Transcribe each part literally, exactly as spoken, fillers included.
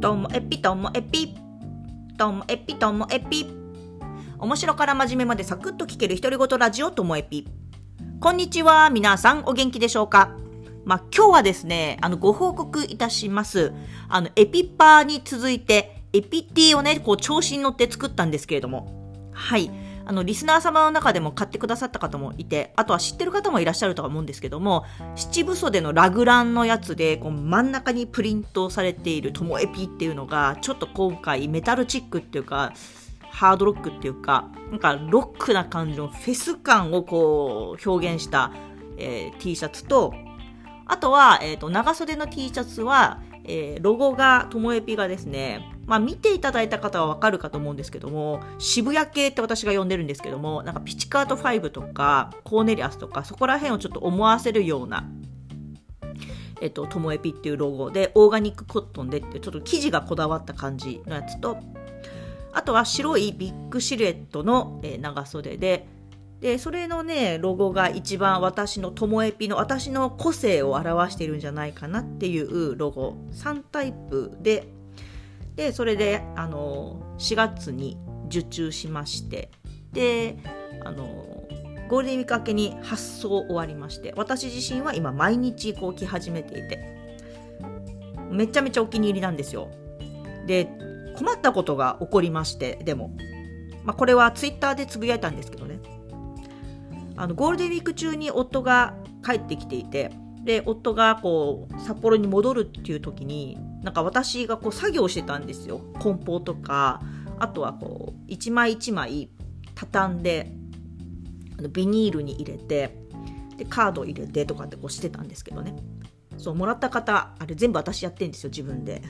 ともえぴともえぴともえぴともえぴ面白から真面目までサクッと聞ける独り言ラジオともえぴ。こんにちは、皆さんお元気でしょうか。まあ、今日はですね、あのご報告いたします。あのエピパーに続いてエピティをね、こう調子に乗って作ったんですけれども、はい。あのリスナー様の中でも買ってくださった方もいて、あとは知ってる方もいらっしゃるとは思うんですけども、七分袖のラグランのやつでこう真ん中にプリントされているともエピっていうのがちょっと今回メタルチックっていうかハードロックっていうかなんかロックな感じのフェス感をこう表現した、えー、T シャツと、あとは、えーと、長袖の T シャツは、えー、ロゴがともエピがですね、まあ見ていただいた方はわかるかと思うんですけども、渋谷系って私が呼んでるんですけども、なんかピチカートファイブとかコーネリアスとかそこら辺をちょっと思わせるようなえっとともエピっていうロゴで、オーガニックコットンでってちょっと生地がこだわった感じのやつと、あとは白いビッグシルエットの、えー、長袖で、でそれのねロゴが一番私のともエピの私の個性を表しているんじゃないかなっていうロゴさんタイプで、でそれであのしがつに受注しまして、であのゴールデンウィーク明けに発送終わりまして、私自身は今毎日こう着始めていて、めちゃめちゃお気に入りなんですよ。で困ったことが起こりまして、でも、まあ、これはツイッターでつぶやいたんですけどね、あのゴールデンウィーク中に夫が帰ってきていて、で夫がこう札幌に戻るっていう時になんか私がこう作業してたんですよ。梱包とか、あとはこう一枚一枚畳んであのビニールに入れて、でカード入れてとかってこうしてたんですけどね、そうもらった方あれ全部私やってんですよ、自分で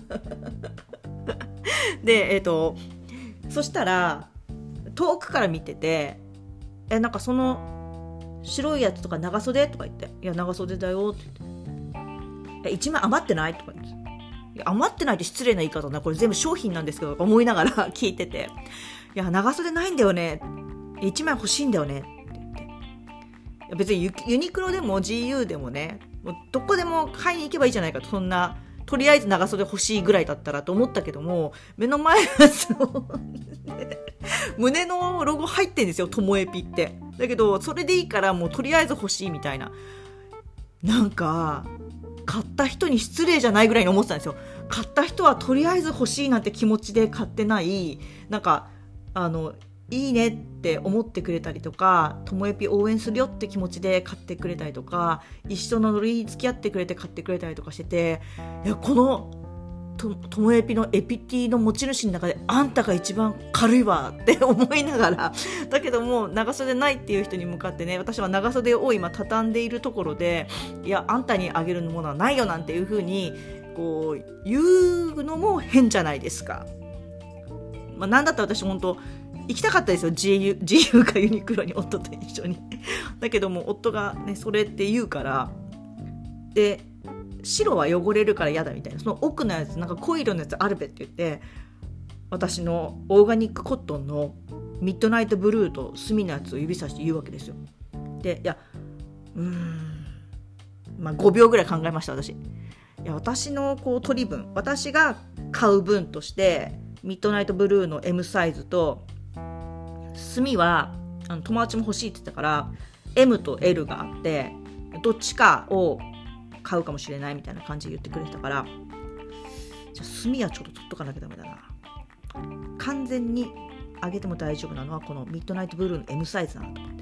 でえっとそしたら遠くから見てて、えなんかその白いやつとか長袖とか言って、いや長袖だよって言って、えいちまい余ってないとか言って、いや余ってないって失礼な言い方な、これ全部商品なんですけど思いながら聞いてて、いや長袖ないんだよね、いちまい欲しいんだよねって言って、いや別に ユ, ユニクロでも ジーユー でもね、もうどこでも買いに行けばいいじゃないかと、そんなとりあえず長袖欲しいぐらいだったらと思ったけども、目の前のやつを胸のロゴ入ってんですよ、ともエピって。だけどそれでいいからもうとりあえず欲しいみたいな、なんか買った人に失礼じゃないぐらいに思ってたんですよ。買った人はとりあえず欲しいなんて気持ちで買ってない、なんかあのいいねって思ってくれたりとか、ともエピ応援するよって気持ちで買ってくれたりとか、一緒のノリに付き合ってくれて買ってくれたりとかしてて、いやこのともエピのエピティの持ち主の中であんたが一番軽いわって思いながら、だけども長袖ないっていう人に向かってね、私は長袖を今畳んでいるところで、いやあんたにあげるものはないよなんていう風にこう言うのも変じゃないですか。まあ、なんだったら私本当行きたかったですよ、 ジーユー, ジーユーかユニクロに夫と一緒にだけども夫がねそれって言うから、で白は汚れるから嫌だみたいな、その奥のやつなんか濃い色のやつあるべって言って、私のオーガニックコットンのミッドナイトブルーと墨のやつを指さして言うわけですよ。でいやうーんまあごびょうぐらい考えました。私いや私のこう取り分、私が買う分としてミッドナイトブルーの エム サイズと墨はあの友達も欲しいって言ったから エム と エル があって、どっちかを買うかもしれないみたいな感じで言ってくれてたから、じゃあ墨はちょっと取っとかなきゃダメだな、完全にあげても大丈夫なのはこのミッドナイトブルーの エム サイズだなと思って、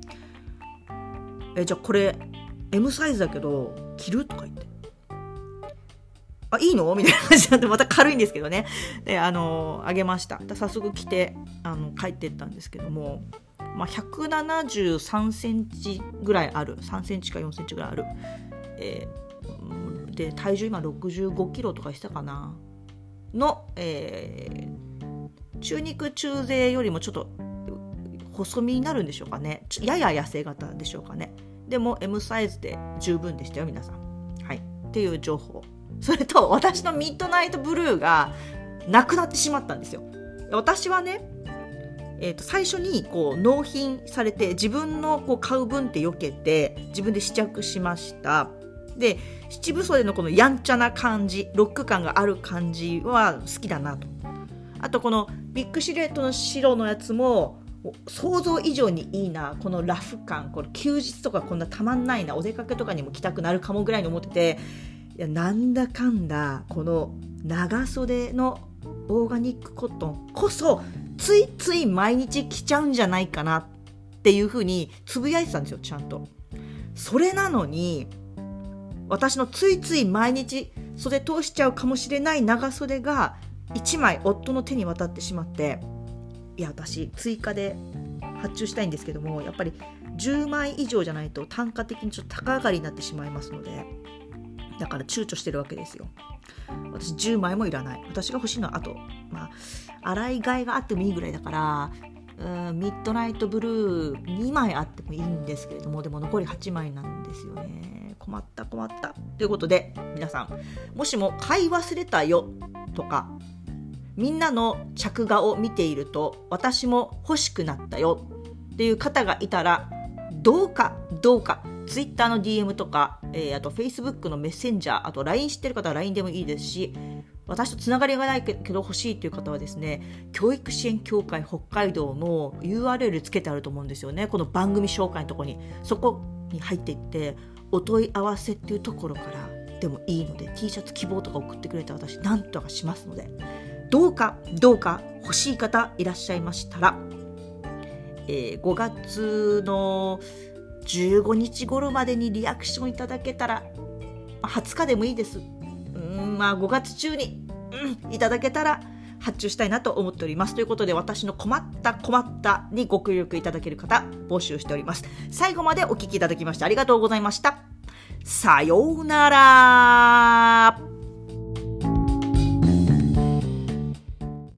えじゃあこれ エム サイズだけど着るとか言って、あいいのみたいな感じになって、また軽いんですけどね、であのあげました。早速着てあの帰ってったんですけども、まあ、ひゃくななじゅうさんセンチぐらいある、さんセンチかよんセンチぐらいある、えー、で体重今ろくじゅうごキロとかしたかなの、えー、中肉中背よりもちょっと細身になるんでしょうかね、やや痩せ型でしょうかね。でも エム サイズで十分でしたよ皆さん、はい、っていう情報。それと私のミッドナイトブルーがなくなってしまったんですよ。私はね、えー、と最初にこう納品されて自分のこう買う分って避けて自分で試着しました。 で七分袖のこのやんちゃな感じ、ロック感がある感じは好きだなと。あとこのビッグシルエットの白のやつも想像以上にいいな。このラフ感、これ休日とかこんなたまんないな、お出かけとかにも着たくなるかもぐらいに思ってて、いやなんだかんだこの長袖のオーガニックコットンこそついつい毎日着ちゃうんじゃないかなっていう風につぶやいてたんですよ、ちゃんと。それなのに私のついつい毎日袖通しちゃうかもしれない長袖がいちまい夫の手に渡ってしまって、いや私追加で発注したいんですけども、やっぱりじゅうまい以上じゃないと単価的にちょっと高上がりになってしまいますので、だから躊躇してるわけですよ。私じゅうまいもいらない。私が欲しいのはあと、まあ、洗い替えがあってもいいぐらいだから、うーんミッドナイトブルーにまいあってもいいんですけれども、でも残りはちまいなんですよね。困った困ったということで、皆さんもしも買い忘れたよとか、みんなの着画を見ていると私も欲しくなったよっていう方がいたら、どうかどうかツイッターの ディーエム とか、えー、あと Facebook のメッセンジャー、あと ライン 知ってる方は ライン でもいいですし、私とつながりがないけど欲しいという方はですね、教育支援協会北海道の ユーアールエル つけてあると思うんですよね。この番組紹介のところに、そこに入っていってお問い合わせっていうところからでもいいので、 T シャツ希望とか送ってくれたら私なんとかしますので、どうかどうか欲しい方いらっしゃいましたら、えー、ごがつのじゅうごにち頃までにリアクションいただけたら、はつかでもいいです。うーんまあごがつ中に、うん、いただけたら発注したいなと思っております。ということで、私の困った困ったにご協力いただける方募集しております。最後までお聞きいただきましてありがとうございました。さようなら。